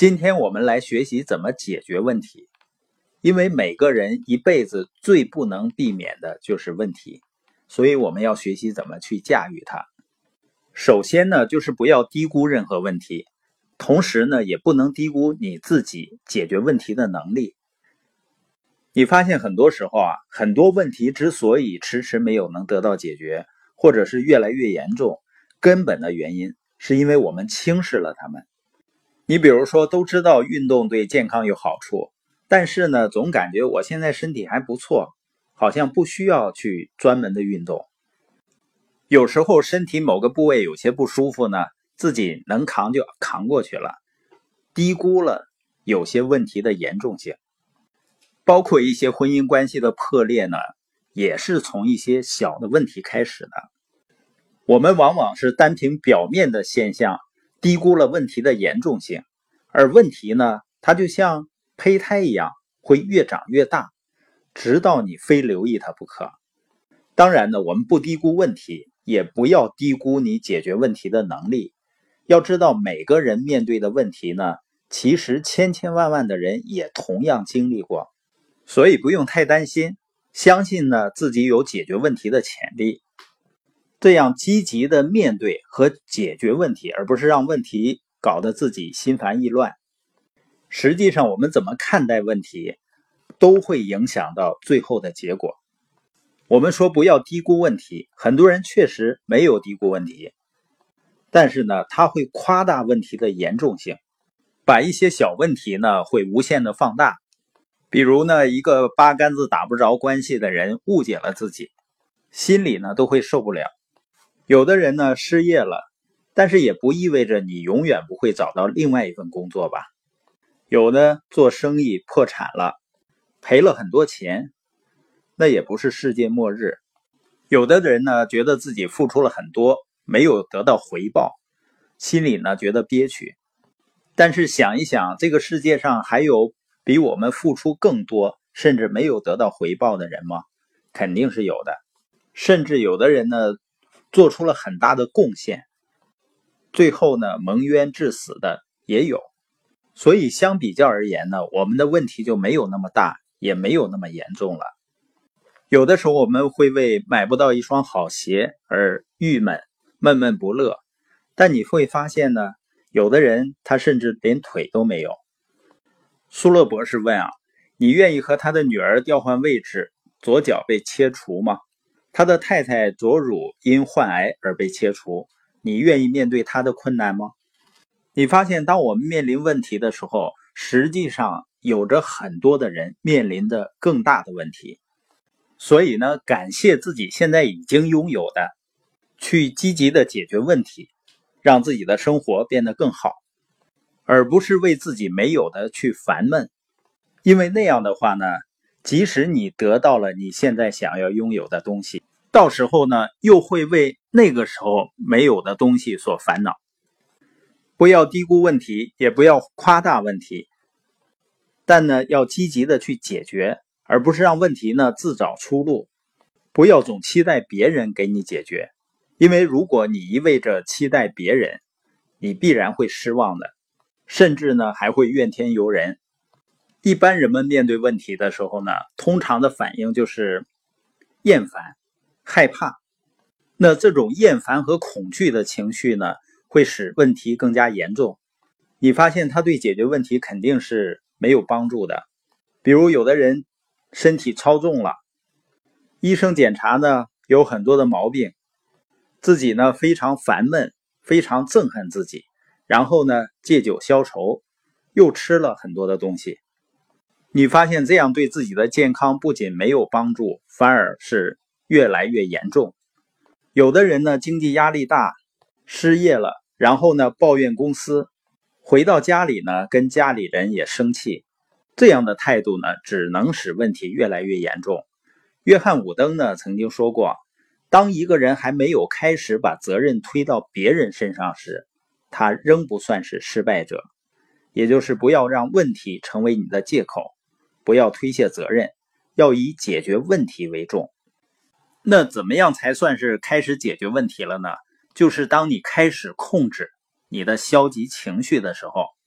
今天我们来学习怎么解决问题，因为每个人一辈子最不能避免的就是问题，所以我们要学习怎么去驾驭它。首先呢，就是不要低估任何问题，同时呢，也不能低估你自己解决问题的能力。你发现很多时候很多问题之所以迟迟没有能得到解决，或者是越来越严重，根本的原因是因为我们轻视了它们。你比如说，都知道运动对健康有好处，但是呢，总感觉我现在身体还不错，好像不需要去专门的运动。有时候身体某个部位有些不舒服呢，自己能扛就扛过去了，低估了有些问题的严重性。包括一些婚姻关系的破裂呢，也是从一些小的问题开始的。我们往往是单凭表面的现象，低估了问题的严重性，而问题呢，它就像胚胎一样，会越长越大，直到你非留意它不可。当然呢，我们不低估问题，也不要低估你解决问题的能力。要知道，每个人面对的问题呢，其实千千万万的人也同样经历过，所以不用太担心，相信呢自己有解决问题的潜力。这样积极的面对和解决问题，而不是让问题搞得自己心烦意乱。实际上我们怎么看待问题，都会影响到最后的结果。我们说不要低估问题，很多人确实没有低估问题，但是呢，他会夸大问题的严重性，把一些小问题呢会无限的放大。比如呢，一个八竿子打不着关系的人误解了自己，心里呢都会受不了。有的人呢失业了，但是也不意味着你永远不会找到另外一份工作吧。有的做生意破产了，赔了很多钱，那也不是世界末日。有的人呢觉得自己付出了很多，没有得到回报，心里呢觉得憋屈。但是想一想，这个世界上还有比我们付出更多，甚至没有得到回报的人吗？肯定是有的。甚至有的人呢做出了很大的贡献，最后呢蒙冤致死的也有。所以相比较而言呢，我们的问题就没有那么大，也没有那么严重了。有的时候我们会为买不到一双好鞋而郁闷，闷闷不乐，但你会发现呢，有的人他甚至连腿都没有。苏勒博士问你愿意和他的女儿调换位置，左脚被切除吗？他的太太左乳因患癌而被切除，你愿意面对他的困难吗？你发现当我们面临问题的时候，实际上有着很多的人面临着更大的问题。所以呢，感谢自己现在已经拥有的，去积极的解决问题，让自己的生活变得更好，而不是为自己没有的去烦闷。因为那样的话呢，即使你得到了你现在想要拥有的东西，到时候呢，又会为那个时候没有的东西所烦恼。不要低估问题，也不要夸大问题，但呢，要积极的去解决，而不是让问题呢自找出路。不要总期待别人给你解决，因为如果你一味着期待别人，你必然会失望的，甚至呢还会怨天尤人。一般人们面对问题的时候呢，通常的反应就是厌烦、害怕。那这种厌烦和恐惧的情绪呢，会使问题更加严重。你发现它对解决问题肯定是没有帮助的。比如有的人身体超重了，医生检查呢有很多的毛病，自己呢非常烦闷，非常憎恨自己，然后呢借酒消愁，又吃了很多的东西。你发现这样对自己的健康不仅没有帮助，反而是越来越严重。有的人呢经济压力大，失业了，然后呢抱怨公司，回到家里呢跟家里人也生气。这样的态度呢只能使问题越来越严重。约翰·伍登呢曾经说过，当一个人还没有开始把责任推到别人身上时，他仍不算是失败者。也就是不要让问题成为你的借口，不要推卸责任，要以解决问题为重。那怎么样才算是开始解决问题了呢？就是当你开始控制你的消极情绪的时候，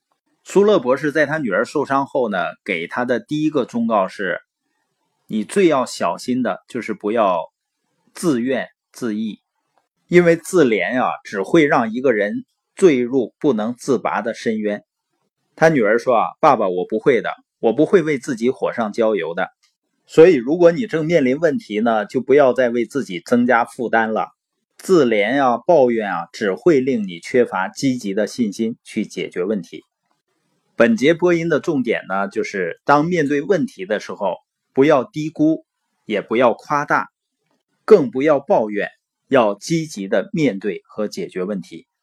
苏勒博士在他女儿受伤后呢，给他的第一个忠告是：你最要小心的就是不要自怨自艾，因为自怜啊，只会让一个人坠入不能自拔的深渊。他女儿说啊，爸爸，我不会的，我不会为自己火上浇油的。所以如果你正面临问题呢，就不要再为自己增加负担了。自怜啊，抱怨啊，只会令你缺乏积极的信心去解决问题。本节播音的重点呢，就是当面对问题的时候，不要低估，也不要夸大，更不要抱怨，要积极的面对和解决问题。